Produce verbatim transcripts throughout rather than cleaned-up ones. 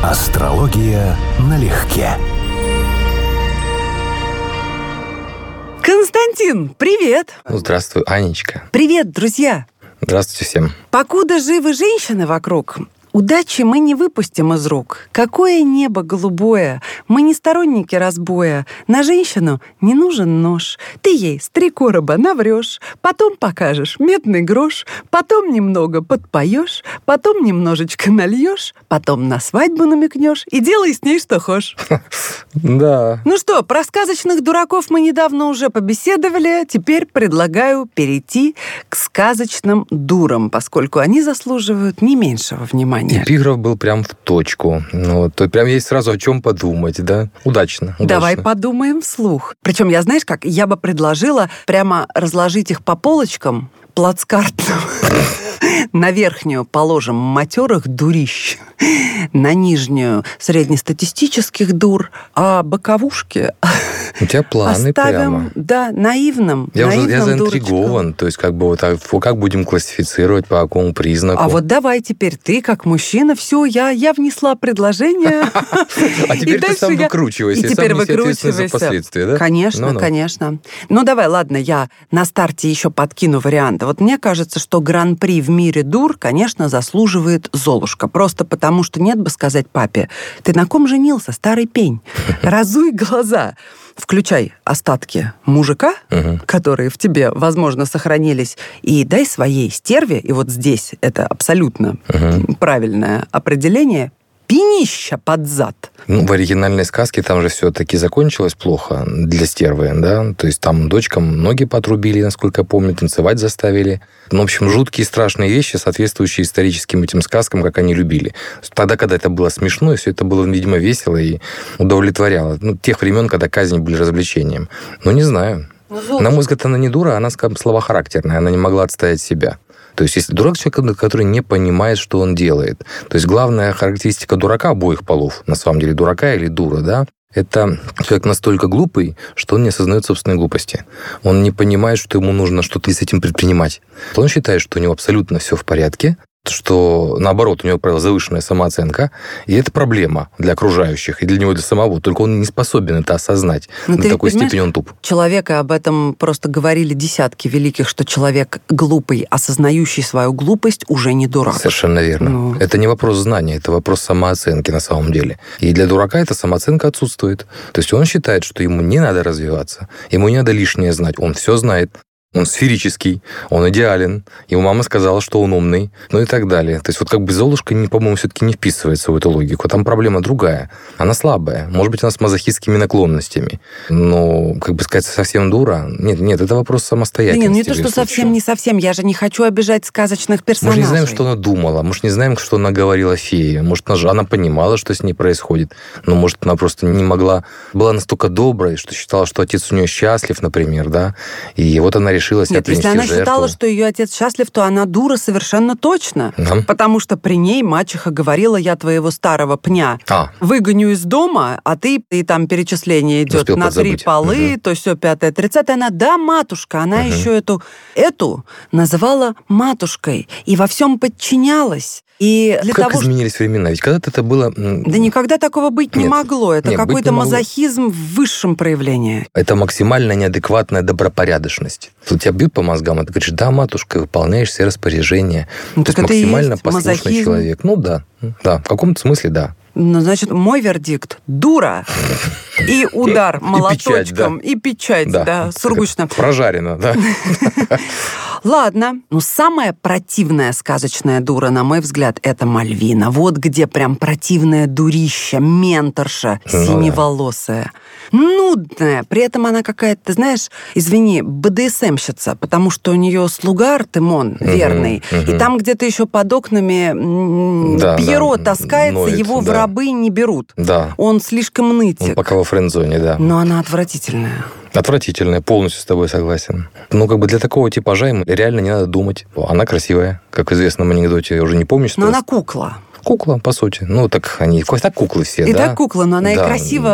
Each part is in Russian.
Астрология налегке. Константин, привет! Ну, здравствуй, Анечка. Привет, друзья! Здравствуйте всем. Покуда живы женщины вокруг, удачи мы не выпустим из рук. Какое небо голубое! Мы не сторонники разбоя. На женщину не нужен нож. Ты ей с три короба наврешь, потом покажешь медный грош, потом немного подпоешь, потом немножечко нальешь, потом на свадьбу намекнешь и делай с ней что хочешь. Да. Ну что, про сказочных дураков мы недавно уже побеседовали. Теперь предлагаю перейти к сказочным дурам, поскольку они заслуживают не меньшего внимания. Эпиграф был прям в точку. Ну, то прям есть сразу о чем подумать, да? Удачно. удачно. Давай подумаем вслух. Причем я, знаешь как, я бы предложила прямо разложить их по полочкам плацкартным. На верхнюю положим матерых дурищ, на нижнюю среднестатистических дур, а боковушки у тебя планы оставим, прямо. Да, наивным. Я наивным уже я заинтригован. дурочкам. То есть, как бы вот так, как будем классифицировать, по какому признаку. А вот давай теперь ты, как мужчина, все, я, я внесла предложение. А теперь ты сам выкручивайся, и теперь сам неси ответственность за выкручивайся. последствия, да? Конечно, Ну-ну. конечно. Ну, давай, ладно, я на старте еще подкину варианты. Вот мне кажется, что гран-при в мире дур, конечно, заслуживает Золушка. Просто потому, что нет бы сказать папе: ты на ком женился, старый пень? Разуй глаза. Включай остатки мужика, угу. которые в тебе, возможно, сохранились, и дай своей стерве, и вот здесь это абсолютно угу. правильное определение, пинища под зад. Ну, в оригинальной сказке там же все-таки закончилось плохо для стервы, да? То есть там дочкам ноги подрубили, насколько я помню, танцевать заставили. Ну, в общем, жуткие страшные вещи, соответствующие историческим этим сказкам, как они любили. Тогда, когда это было смешно, и все это было, видимо, весело и удовлетворяло. Ну, тех времен, когда казни были развлечением. Ну, не знаю. Ну, на мой взгляд, она не дура, она слабохарактерная, она не могла отстоять себя. То есть, если дурак человек, который не понимает, что он делает. То есть, главная характеристика дурака обоих полов, на самом деле, дурака или дура, да, это человек настолько глупый, что он не осознает собственной глупости. Он не понимает, что ему нужно что-то с этим предпринимать. Он считает, что у него абсолютно все в порядке, что, наоборот, у него, правило, завышенная самооценка, и это проблема для окружающих, и для него, и для самого. Только он не способен это осознать. Но до такой степени он туп. Человека об этом просто говорили десятки великих, что человек глупый, осознающий свою глупость, уже не дурак. Совершенно верно. Ну... Это не вопрос знания, это вопрос самооценки на самом деле. И для дурака эта самооценка отсутствует. То есть он считает, что ему не надо развиваться, ему не надо лишнее знать, он все знает. Он сферический, он идеален, его мама сказала, что он умный, ну и так далее. То есть вот как бы Золушка, по-моему, все-таки не вписывается в эту логику. Там проблема другая. Она слабая. Может быть, она с мазохистскими наклонностями. Но, как бы сказать, совсем дура? Нет, нет, это вопрос самостоятельности. Да нет, не то, что совсем, не совсем. Я же не хочу обижать сказочных персонажей. Мы же не знаем, что она думала. Мы же не знаем, что она говорила фее. Может, она, она понимала, что с ней происходит. Но, может, она просто не могла... Была настолько доброй, что считала, что отец у нее счастлив, например, да? И вот она решила себя Нет, принести если она жертву. считала, что ее отец счастлив, то она дура совершенно точно. Да. Потому что при ней мачеха говорила: я твоего старого пня а. выгоню из дома, а ты, и там перечисление идет Успел на подзабыть. три полы, угу. то все пятое, тридцатое. Она: да, матушка. Она угу. еще эту, эту называла матушкой и во всем подчинялась. И для как того, изменились времена? Ведь когда-то это было... Да никогда такого быть Нет. не могло. Это Нет, какой-то не мазохизм в высшем проявлении. Это максимальная неадекватная добропорядочность. Тут тебя бьют по мозгам, и ты говоришь: да, матушка, выполняешь все распоряжения. Ну, То так есть это максимально есть послушный мазохизм. человек. Ну да, да, в каком-то смысле да. Ну, значит, мой вердикт – дура. И удар молоточком, и печать, да, да, сургучно. Прожарено, да. Ладно. Ну, самая противная сказочная дура, на мой взгляд, это Мальвина. Вот где прям противная дурища, менторша, Ну, синеволосая. Нудная. При этом она какая-то, ты знаешь, извини, бэ дэ эс эм-щица, потому что у нее слуга Артемон верный. Угу, угу. И там где-то еще под окнами да, Пьеро да, таскается, ноет, его в да. рабы не берут. Да. Он слишком нытик. Он пока во френд-зоне, да. Но она отвратительная. Отвратительная, полностью с тобой согласен. Ну, как бы для такого типажа им реально не надо думать. Она красивая, как в известном анекдоте, я уже не помню, что... Но она кукла. Кукла, по сути. Ну, так они... Так куклы все, и да? так кукла, но она да. и красиво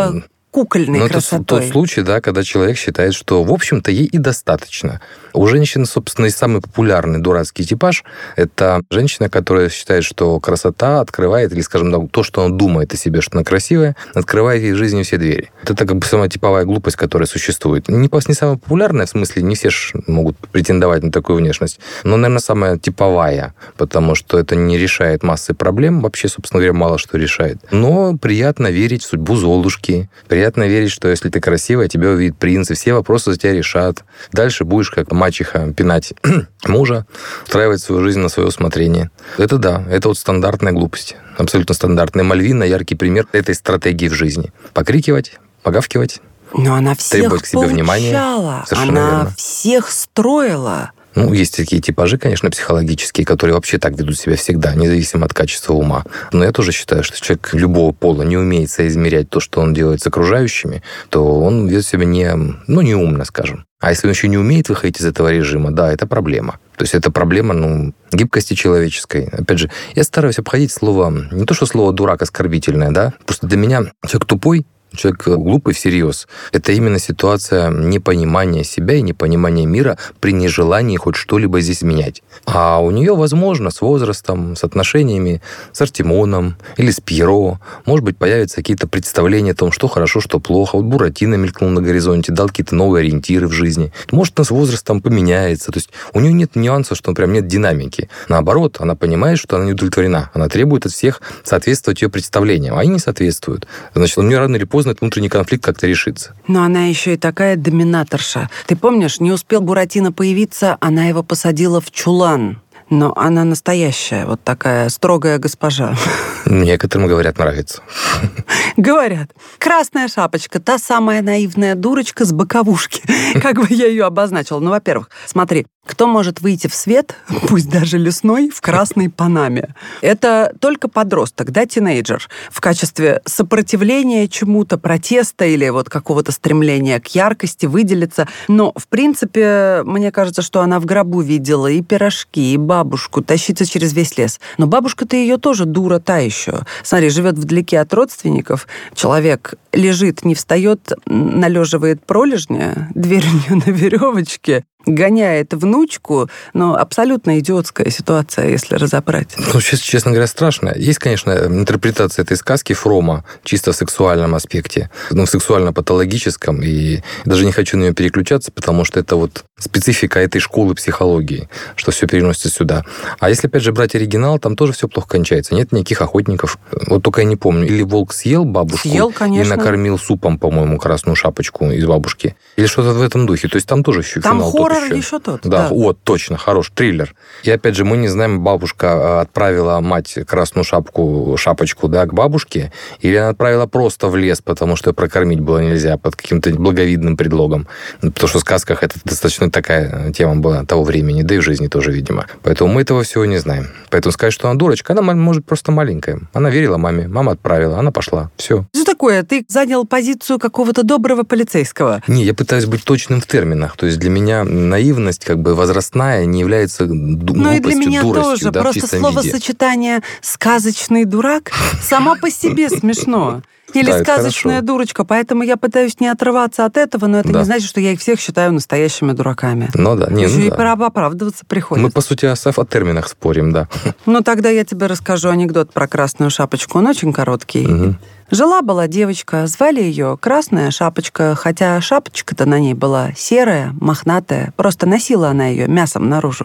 кукольной Но красотой. это тот случай, да, когда человек считает, что, в общем-то, ей и достаточно. У женщин, собственно, и самый популярный дурацкий типаж – это женщина, которая считает, что красота открывает, или, скажем так, то, что она думает о себе, что она красивая, открывает ей в жизни все двери. Это как бы самая типовая глупость, которая существует. Не, не самая популярная, в смысле, не все ж могут претендовать на такую внешность, но, наверное, самая типовая, потому что это не решает массы проблем, вообще, собственно говоря, мало что решает. Но приятно верить в судьбу Золушки, приятно верить, что если ты красивая, тебя увидит принц, и все вопросы за тебя решат. Дальше будешь как мачеха пинать мужа, устраивать свою жизнь на свое усмотрение. Это да, это вот стандартная глупость. Абсолютно стандартная. Мальвина — яркий пример этой стратегии в жизни. Покрикивать, погавкивать, Но она всех требовать к себе внимания. получала. Совершенно Она верно. всех строила. Ну, есть такие типажи, конечно, психологические, которые вообще так ведут себя всегда, независимо от качества ума. Но я тоже считаю, что человек любого пола не умеет соизмерять то, что он делает с окружающими, то он ведет себя не, ну, неумно, скажем. А если он еще не умеет выходить из этого режима, да, это проблема. То есть это проблема, ну, гибкости человеческой. Опять же, я стараюсь обходить слово, не то, что слово «дурак» оскорбительное, да, просто для меня человек тупой, человек глупый всерьез. Это именно ситуация непонимания себя и непонимания мира при нежелании хоть что-либо здесь менять. А у нее, возможно, с возрастом, с отношениями с Артемоном или с Пьеро, может быть, появятся какие-то представления о том, что хорошо, что плохо. Вот Буратино мелькнул на горизонте, дал какие-то новые ориентиры в жизни. Может, она с возрастом поменяется. То есть у нее нет нюансов, что, прям нет динамики. Наоборот, она понимает, что она не удовлетворена. Она требует от всех соответствовать ее представлениям. А они не соответствуют. Значит, у нее рано или поздно этот внутренний конфликт как-то решится. Но она еще и такая доминаторша. Ты помнишь, не успел Буратино появиться, она его посадила в чулан. Но она настоящая, вот такая строгая госпожа. Некоторым, говорят, нравится. Говорят. Красная шапочка, та самая наивная дурочка с боковушки. Как бы я ее обозначила? Ну, во-первых, смотри, кто может выйти в свет, пусть даже лесной, в красной панаме? Это только подросток, да, тинейджер, в качестве сопротивления чему-то, протеста или вот какого-то стремления к яркости, выделиться. Но, в принципе, мне кажется, что она в гробу видела и пирожки, и бабушку, тащиться через весь лес. Но бабушка-то ее тоже дура та еще. Смотри, живет вдалеке от родственников, человек лежит, не встает, належивает пролежня, дверь у нее на веревочке, гоняет внучку, но абсолютно идиотская ситуация, если разобрать. Ну, сейчас, честно говоря, страшно. Есть, конечно, интерпретация этой сказки Фрома чисто в сексуальном аспекте, ну, в сексуально-патологическом, и даже не хочу на нее переключаться, потому что это вот специфика этой школы психологии, что все переносится сюда. А если, опять же, брать оригинал, там тоже все плохо кончается. Нет никаких охотников. Вот только я не помню, или волк съел бабушку съел, конечно. и накормил супом, по-моему, красную шапочку из бабушки, или что-то в этом духе. То есть там тоже еще там финал хоррор еще. еще тот. Да, Да, вот, точно, хорош, триллер. И опять же, мы не знаем, бабушка отправила мать красную шапку, шапочку, да, к бабушке, или она отправила просто в лес, потому что ее прокормить было нельзя под каким-то благовидным предлогом. Потому что в сказках это достаточно такая тема была того времени, да и в жизни тоже, видимо. Поэтому мы этого всего не знаем. Поэтому сказать, что она дурочка, она, может, просто маленькая. Она верила маме, мама отправила, она пошла. Все. Что такое? Ты занял позицию какого-то доброго полицейского. Не, я пытаюсь быть точным в терминах. То есть для меня наивность как бы возрастная не является ду- Ну и для глупостью, меня дуростью, тоже. да, в Просто чистом словосочетание «сказочный дурак» само по себе смешно. Или Да, это сказочная хорошо. дурочка. Поэтому я пытаюсь не отрываться от этого, но это Да. не значит, что я их всех считаю настоящими дураками. Ну да, не, Еще ну и да. пора оправдываться приходится. Мы, по сути, о, о терминах спорим, да. Ну, тогда я тебе расскажу анекдот про красную шапочку. Он очень короткий. Мгм. Жила-была девочка, звали ее Красная Шапочка, хотя шапочка-то на ней была серая, мохнатая. Просто носила она ее мясом наружу.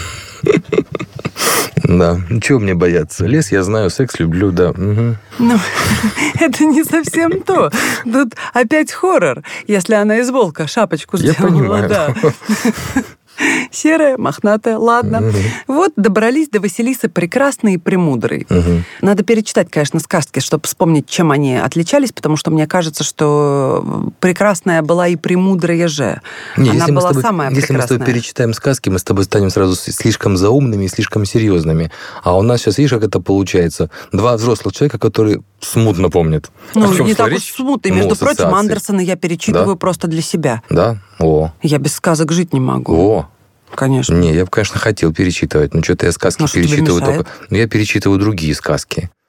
Да. Чего мне бояться? Лес я знаю, секс люблю, да. Мгм. Ну, это не совсем то. Тут опять хоррор, если она из волка шапочку Я сделала. понимаю. Да. Серая, мохнатая, ладно. Мгм. Вот добрались до Василисы прекрасной и премудрой. Мгм. Надо перечитать, конечно, сказки, чтобы вспомнить, чем они отличались, потому что мне кажется, что прекрасная была и премудрая же. Не, Она если мы с была тобой- самая Если мы с прекрасная. тобой перечитаем сказки, мы с тобой станем сразу с- слишком заумными и слишком серьезными. А у нас сейчас, видишь, как это получается? Два взрослых человека, которые смутно помнят. Ну, О чем не шла так уж речь? смутно. И, Ну, между прочим, ассоциации. Андерсона я перечитываю Да? просто для себя. Да? О, Я без сказок жить не могу. о. Конечно. Не, я бы, конечно, хотел перечитывать, но что-то я сказки Ну, что тебе перечитываю мешает? только... Ну, я перечитываю другие сказки.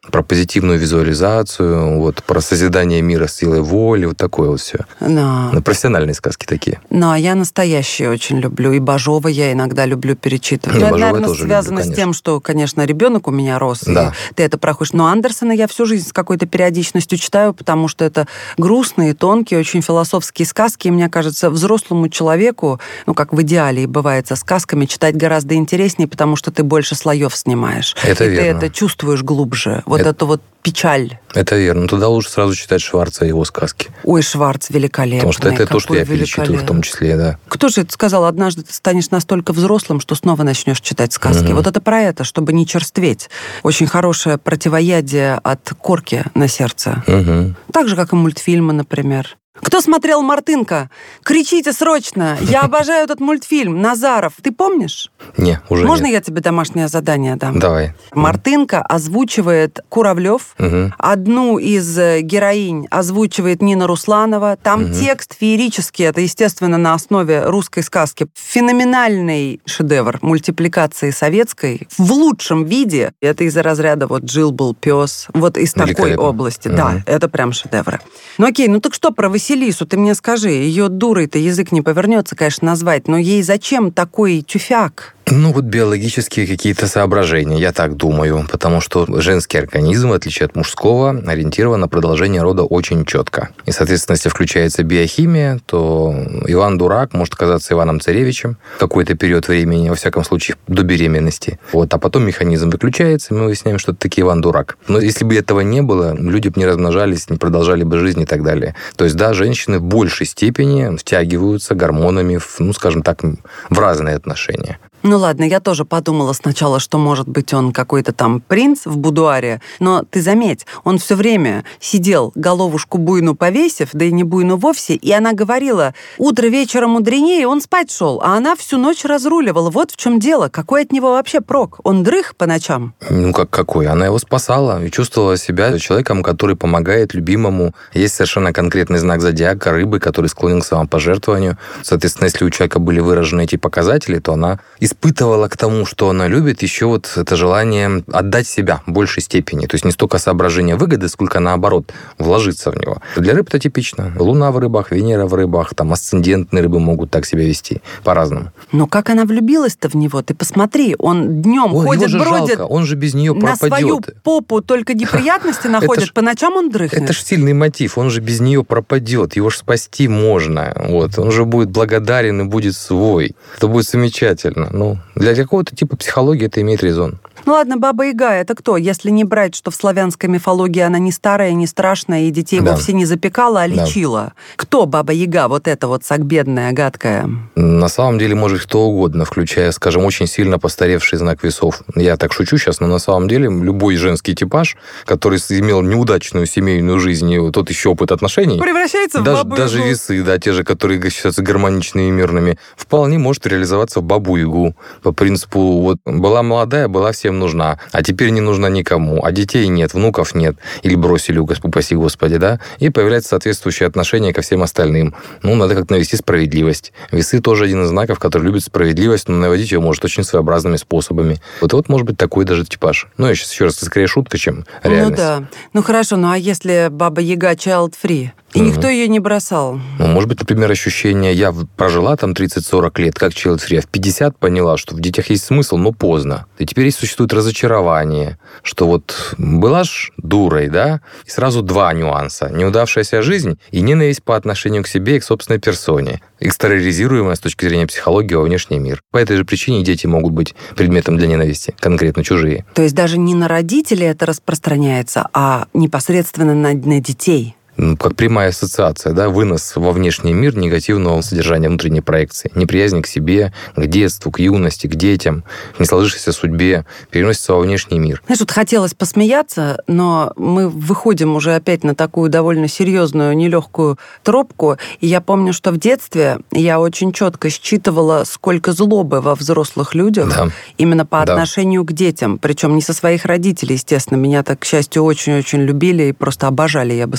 про позитивную визуализацию, вот, про созидание мира с силой воли, вот такое вот все. Да. Ну, профессиональные сказки такие. Ну, а я настоящие очень люблю. И Бажова я иногда люблю перечитывать. Ну, это, Бажова наверное, тоже связано люблю, с тем, что, конечно, ребенок у меня рос, да. и ты это проходишь. Но Андерсона я всю жизнь с какой-то периодичностью читаю, потому что это грустные, тонкие, очень философские сказки. И мне кажется, взрослому человеку, ну, как в идеале и бывает со сказками, читать гораздо интереснее, потому что ты больше слоев снимаешь. Это и верно. ты это чувствуешь глубже. Вот это, это вот печаль. Это верно. Туда лучше сразу читать Шварца и его сказки. Ой, Шварц великолепный. Потому что это то, что я перечитываю в том числе, да. Кто же это сказал? Однажды ты станешь настолько взрослым, что снова начнешь читать сказки. Угу. Вот это про это, чтобы не черстветь. Очень хорошее противоядие от корки на сердце. Угу. Так же, как и мультфильмы, например. Кто смотрел «Мартынка»? Кричите срочно! Я обожаю этот мультфильм. Назаров. Ты помнишь? Не, уже Можно нет. я тебе домашнее задание дам? Давай. «Мартынка» озвучивает Куравлев. Угу. Одну из героинь озвучивает Нина Русланова. Там угу. текст феерический. Это, естественно, на основе русской сказки. Феноменальный шедевр мультипликации советской в лучшем виде. Это из-за разряда вот «Жил-был пес». Вот из такой области. Угу. Да, это прям шедевры. Ну окей, ну так что про Василису? Ты мне скажи. Ее дурой-то язык не повернется, конечно, назвать. Но ей зачем такой тюфяк? Ну, вот биологические какие-то соображения, я так думаю, потому что женский организм, в отличие от мужского, ориентирован на продолжение рода очень четко. И, соответственно, если включается биохимия, то Иван Дурак может оказаться Иваном Царевичем в какой-то период времени, во всяком случае, до беременности. Вот, а потом механизм выключается, и мы выясняем, что это таки Иван Дурак. Но если бы этого не было, люди бы не размножались, не продолжали бы жизнь и так далее. То есть, да, женщины в большей степени втягиваются гормонами, в, ну, скажем так, в разные отношения. Ну ладно, я тоже подумала сначала, что, может быть, он какой-то там принц в будуаре, но ты заметь, он все время сидел, головушку буйну повесив, да и не буйну вовсе, и она говорила, утро вечером мудренее, он спать шел, а она всю ночь разруливала. Вот в чем дело, какой от него вообще прок? Он дрых по ночам? Ну, как какой? Она его спасала и чувствовала себя человеком, который помогает любимому. Есть совершенно конкретный знак зодиака рыбы, который склонен к самопожертвованию. Соответственно, если у человека были выражены эти показатели, то она испытывала к тому, что она любит, еще вот это желание отдать себя в большей степени. То есть не столько соображение выгоды, сколько наоборот, вложиться в него. Для рыб это типично. Луна в рыбах, Венера в рыбах, там асцендентные рыбы могут так себя вести по-разному. Но как она влюбилась-то в него? Ты посмотри, он днем Ой, ходит, его же бродит. Жалко. Он же без нее пропадет. На свою попу только неприятности находит, по ночам он дрыхнет. Это ж сильный мотив, он же без нее пропадет, его ж спасти можно. Вот. Он же будет благодарен и будет свой. Это будет замечательно. Ну, для какого-то типа психологии это имеет резон. Ну ладно, Баба-Яга — это кто? Если не брать, что в славянской мифологии она не старая, не страшная, и детей да. вовсе не запекала, а лечила. Да. Кто Баба-Яга, вот эта вот сагбедная, гадкая? На самом деле может кто угодно, включая, скажем, очень сильно постаревший знак весов. Я так шучу сейчас, но на самом деле любой женский типаж, который имел неудачную семейную жизнь, и тот еще опыт отношений... Превращается даже, в Бабу-Ягу. Даже весы, да, те же, которые считаются гармоничными и мирными, вполне может реализоваться в Бабу-Ягу. По принципу, вот была молодая, была всем нужна, а теперь не нужна никому, а детей нет, внуков нет, или бросили, упаси Господи, да, и появляется соответствующее отношение ко всем остальным. Ну, надо как-то навести справедливость. Весы тоже один из знаков, который любит справедливость, но наводить ее может очень своеобразными способами. Вот вот может быть такой даже типаж. Ну, я сейчас еще раз, скорее шутка, чем реальность. Ну да. Ну хорошо, ну а если Баба-Яга child-free? И mm-hmm. никто ее не бросал. Ну, может быть, например, ощущение, я прожила там тридцать-сорок лет, как child-free, а в пятьдесят поняла, что в детях есть смысл, но поздно. И теперь существует разочарование, что вот была ж дурой, да, и сразу два нюанса. Неудавшаяся жизнь и ненависть по отношению к себе и к собственной персоне. Экстерроризируемая с точки зрения психологии во внешний мир. По этой же причине дети могут быть предметом для ненависти, конкретно чужие. То есть даже не на родителей это распространяется, а непосредственно на, на детей. Ну, как прямая ассоциация, да, вынос во внешний мир негативного содержания внутренней проекции. Неприязнь к себе, к детству, к юности, к детям, к не сложившейся судьбе переносится во внешний мир. Знаешь, вот хотелось посмеяться, но мы выходим уже опять на такую довольно серьезную, нелегкую тропку. И я помню, что в детстве я очень четко считывала, сколько злобы во взрослых людях да. именно по да. отношению к детям. Причем не со своих родителей, естественно. Меня так, к счастью, очень-очень любили и просто обожали, я бы сказала.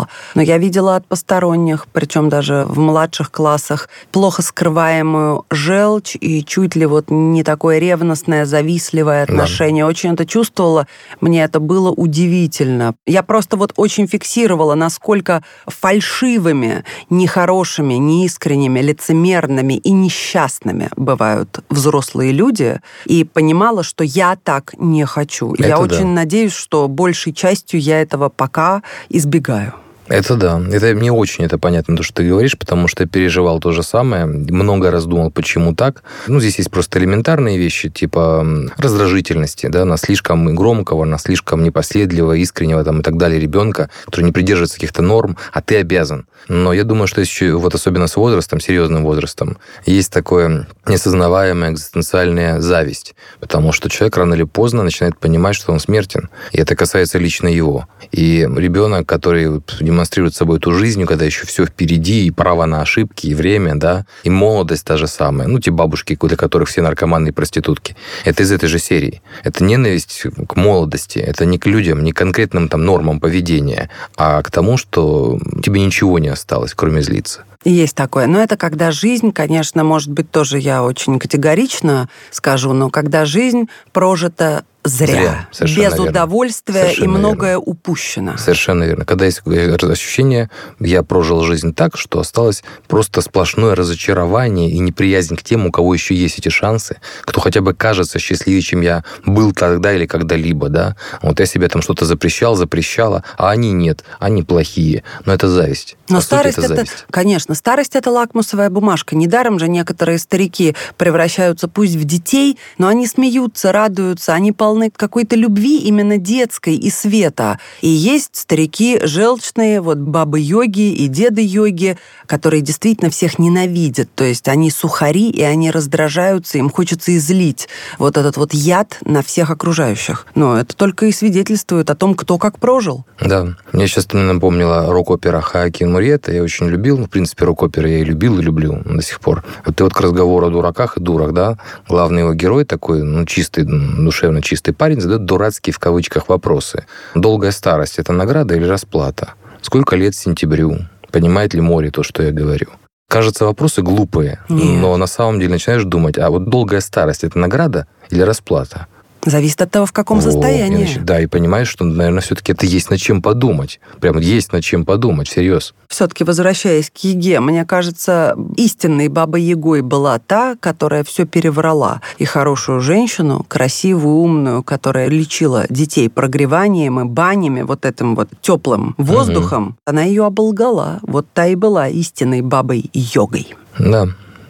чувствовала. Но я видела от посторонних, причем даже в младших классах, плохо скрываемую желчь и чуть ли вот не такое ревностное, завистливое отношение. Да. Очень это чувствовала. Мне это было удивительно. Я просто вот очень фиксировала, насколько фальшивыми, нехорошими, неискренними, лицемерными и несчастными бывают взрослые люди, и понимала, что я так не хочу. Это я очень да. надеюсь, что большей частью я этого пока избегаю. Это да. Это мне очень это понятно, то, что ты говоришь, потому что я переживал то же самое. Много раз думал, почему так. Ну, здесь есть просто элементарные вещи, типа раздражительности, да, на слишком громкого, на слишком непоследливого, искреннего там, и так далее ребенка, который не придерживается каких-то норм, а ты обязан. Но я думаю, что еще, вот особенно с возрастом, серьезным возрастом, есть такое неосознаваемая экзистенциальная зависть, потому что человек рано или поздно начинает понимать, что он смертен, и это касается лично его. И ребенок, который демонстрирует собой эту жизнь, когда еще все впереди, и право на ошибки, и время, да, и молодость та же самая. Ну, те бабушки, для которых все наркоманы и проститутки. Это из этой же серии. Это ненависть к молодости. Это не к людям, не к конкретным там нормам поведения, а к тому, что тебе ничего не осталось, кроме злиться. Есть такое. Но это когда жизнь, конечно, может быть, тоже я очень категорично скажу, но когда жизнь прожита зря, зря без верно. удовольствия совершенно и многое верно. упущено. Совершенно верно. Когда есть ощущение, я прожил жизнь так, что осталось просто сплошное разочарование и неприязнь к тем, у кого еще есть эти шансы, кто хотя бы кажется счастливее, чем я был тогда или когда-либо, да. Вот я себе там что-то запрещал, запрещала, а они нет, они плохие. Но это зависть. Но старость это, это, конечно, старость это лакмусовая бумажка. Недаром же некоторые старики превращаются пусть в детей, но они смеются, радуются, они полны какой-то любви именно детской и света. И есть старики желчные, вот бабы-йоги и деды-йоги, которые действительно всех ненавидят. То есть они сухари, и они раздражаются, им хочется излить вот этот вот яд на всех окружающих. Но это только и свидетельствует о том, кто как прожил. Да. Мне сейчас напомнила рок-опера Хоакин Мурриета. Я очень любил. В принципе, рок-оперы я и любил, и люблю до сих пор. Вот и вот к разговору о дураках и дурах, да, главный его герой такой, ну, чистый, душевно чистый парень, задает дурацкие в кавычках вопросы. Долгая старость – это награда или расплата? Сколько лет сентябрю? Понимает ли море то, что я говорю? Кажется, вопросы глупые, Нет. но на самом деле начинаешь думать, а вот долгая старость – это награда или расплата? Зависит от того, в каком О, состоянии. Значит, да, и понимаешь, что, наверное, все-таки это есть над чем подумать. Прям есть над чем подумать, всерьез. Все-таки, возвращаясь к Еге, мне кажется, истинной бабой-ягой была та, которая все переврала. И хорошую женщину, красивую, умную, которая лечила детей прогреванием и банями, вот этим вот теплым воздухом, угу. она ее оболгала. Вот та и была истинной бабой-йогой. Да.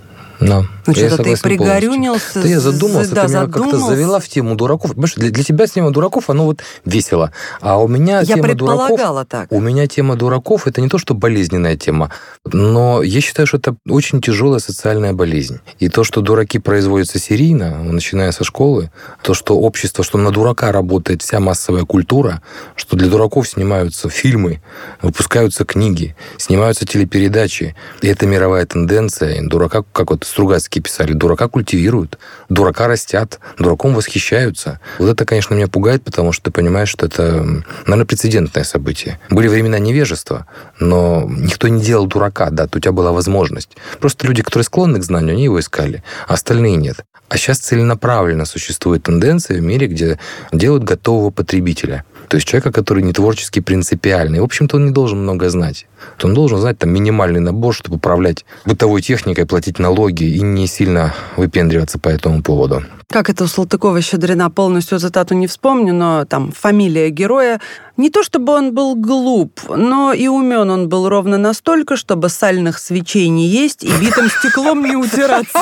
Да. Ну, что-то ты пригорюнился. Да я задумался, да, ты меня как-то завела в тему дураков. Понимаешь, для, для тебя тема дураков, оно вот весело. А у меня я тема дураков... так. У меня тема дураков, это не то, что болезненная тема, но я считаю, что это очень тяжелая социальная болезнь. И то, что дураки производятся серийно, начиная со школы, то, что общество, что на дурака работает вся массовая культура, что для дураков снимаются фильмы, выпускаются книги, снимаются телепередачи. И это мировая тенденция. Дурака, как вот Стругацкие писали, дурака культивируют, дурака растят, дураком восхищаются. Вот это, конечно, меня пугает, потому что ты понимаешь, что это, наверное, прецедентное событие. Были времена невежества, но никто не делал дурака, да, у тебя была возможность. Просто люди, которые склонны к знанию, они его искали, а остальные нет. А сейчас целенаправленно существует тенденция в мире, где делают готового потребителя. То есть человека, который не творчески принципиальный. В общем-то, он не должен много знать. Он должен знать там минимальный набор, чтобы управлять бытовой техникой, платить налоги и не сильно выпендриваться по этому поводу. Как это у Салтыкова-Щедрина, полностью цитату не вспомню, но там фамилия героя. Не то чтобы он был глуп, но и умен он был ровно настолько, чтобы сальных свечей не есть и битым стеклом не утираться.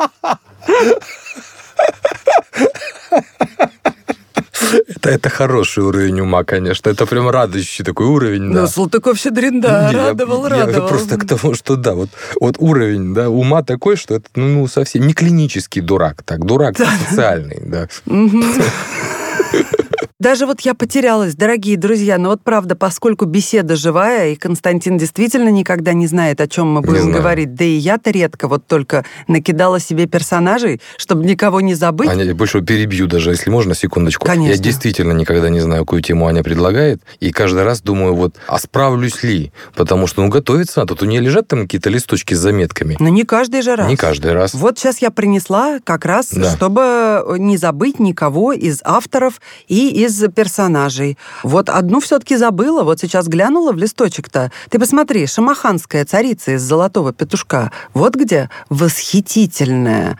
Это, это хороший уровень ума, конечно. Это прям радующий такой уровень, да. Ну, Салтыков-Щедрин, да, Не, радовал, я, радовал. Я просто к тому, что да, вот, вот уровень, да, ума такой, что это, ну, совсем не клинический дурак, так, дурак да. социальный, да. Даже вот я потерялась, дорогие друзья. Но вот правда, поскольку беседа живая, и Константин действительно никогда не знает, о чем мы будем говорить, да и я-то редко вот только накидала себе персонажей, чтобы никого не забыть. Аня, я больше перебью даже, если можно, секундочку. Конечно. Я действительно никогда не знаю, какую тему Аня предлагает, и каждый раз думаю, вот, а справлюсь ли? Потому что, ну, готовиться, а тут у нее лежат там какие-то листочки с заметками. Но не каждый же раз. Не каждый раз. Вот сейчас я принесла как раз, да. чтобы не забыть никого из авторов и из персонажей. Вот одну все-таки забыла, вот сейчас глянула в листочек-то. Ты посмотри, шамаханская царица из «Золотого петушка». Вот где восхитительная,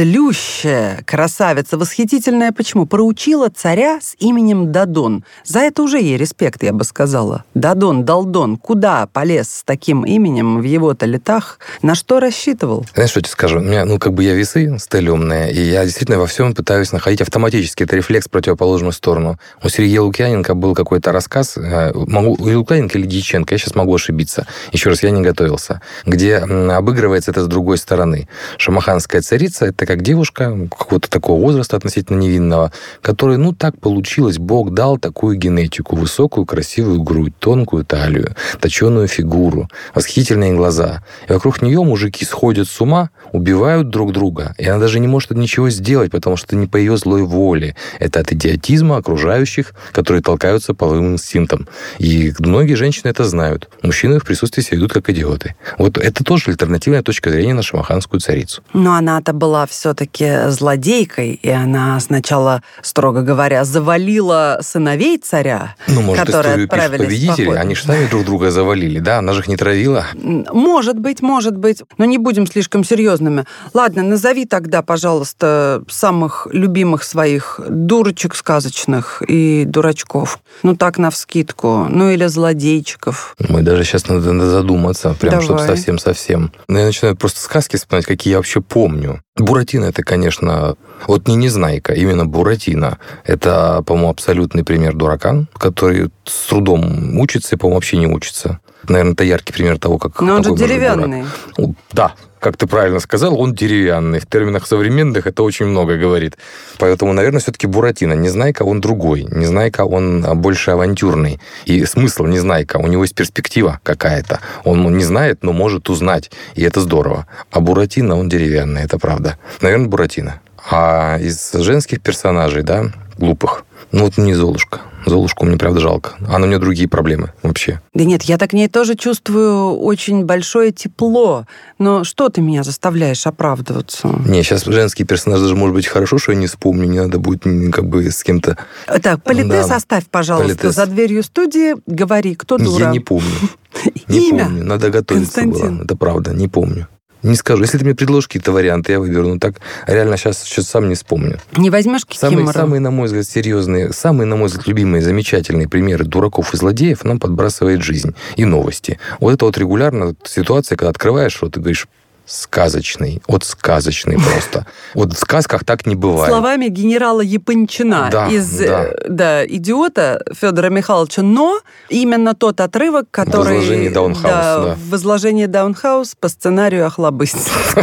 злющая красавица. Восхитительная почему? Проучила царя с именем Дадон. За это уже ей респект, я бы сказала. Дадон, Далдон, куда полез с таким именем в его-то летах? На что рассчитывал? Знаешь, что я тебе скажу? У меня, ну, как бы я весы стелемные, и я действительно во всем пытаюсь находить автоматически. Это рефлекс в противоположную сторону. У Сергея Лукьяненко был какой-то рассказ, могу, у Лукьяненко или Дьяченко, я сейчас могу ошибиться. Еще раз, я не готовился. Где обыгрывается это с другой стороны. Шамаханская царица — это как девушка какого-то такого возраста относительно невинного, который, ну, так получилось, Бог дал такую генетику, высокую, красивую грудь, тонкую талию, точеную фигуру, восхитительные глаза. И вокруг нее мужики сходят с ума, убивают друг друга, и она даже не может ничего сделать, потому что это не по ее злой воле. Это от идиотизма окружающих, которые толкаются половым инстинктом. И многие женщины это знают. Мужчины в присутствии себя ведут как идиоты. Вот это тоже альтернативная точка зрения на шамаханскую царицу. Но она-то была все-таки злодейкой, и она сначала, строго говоря, завалила сыновей царя, ну, может, которые отправились победители, они же сами друг друга завалили, да? Она же их не травила. Может быть, может быть. Но не будем слишком серьезными. Ладно, назови тогда, пожалуйста, самых любимых своих дурочек сказочных и дурачков. Ну, так, навскидку. Ну, или злодейчиков. Мы даже сейчас надо, надо задуматься, прям, Давай. чтобы совсем-совсем. Я начинаю просто сказки вспоминать, какие я вообще помню. Буратино — это, конечно, вот не Незнайка, именно Буратино. Это, по-моему, абсолютный пример дурака, который с трудом учится и, по-моему, вообще не учится. Наверное, это яркий пример того, как... Но он же деревянный. Дурак. Да, как ты правильно сказал, он деревянный. В терминах современных это очень много говорит. Поэтому, наверное, все-таки Буратино. Незнайка, он другой. Незнайка, он больше авантюрный. И смысл Незнайка, у него есть перспектива какая-то. Он не знает, но может узнать. И это здорово. А Буратино, он деревянный, это правда. Наверное, Буратино. А из женских персонажей, да, глупых, ну вот не Золушка. Золушку мне, правда, жалко. А у нее другие проблемы вообще. Да нет, я так к ней тоже чувствую очень большое тепло. Но что ты меня заставляешь оправдываться? Не, сейчас женский персонаж даже, может быть, хорошо, что я не вспомню. Не надо будет как бы с кем-то... Так, политес да. оставь, пожалуйста, политес. За дверью студии. Говори, кто дура. Я не помню. Не Имя? помню. Надо готовиться было. Это правда, не помню. Не скажу. Если ты мне предложишь какие-то варианты, я выберу. Ну так реально сейчас, сейчас сам не вспомню. Не возьмешь Кикимору? Самые, самые, на мой взгляд, серьезные, самые, на мой взгляд, любимые, замечательные примеры дураков и злодеев нам подбрасывает жизнь и новости. Вот это вот регулярно ситуация, когда открываешь рот и говоришь... Сказочный. Вот сказочный просто. Вот в сказках так не бывает. Словами генерала Япончина да, из да. Да, «Идиота» Федора Михайловича, но именно тот отрывок, который... В изложении Даунхаус, да. да. В изложении Даунхаус по сценарию Охлобыстина.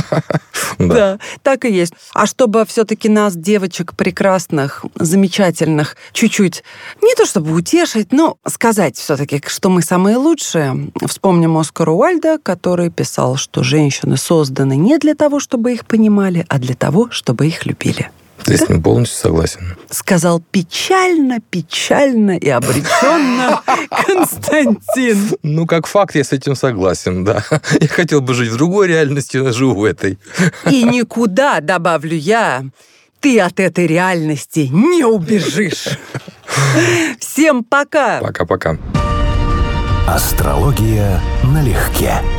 Да, так и есть. А чтобы все-таки нас, девочек прекрасных, замечательных, чуть-чуть, не то чтобы утешить, но сказать все-таки, что мы самые лучшие, вспомним Оскара Уайльда, который писал, что женщины созданы не для того, чтобы их понимали, а для того, чтобы их любили. Ты с ним полностью согласен. Сказал печально, печально и обреченно Константин. Ну, как факт, я с этим согласен, да. Я хотел бы жить в другой реальности, но живу в этой. И никуда, добавлю я, ты от этой реальности не убежишь. Всем пока. Пока-пока. Астрология налегке.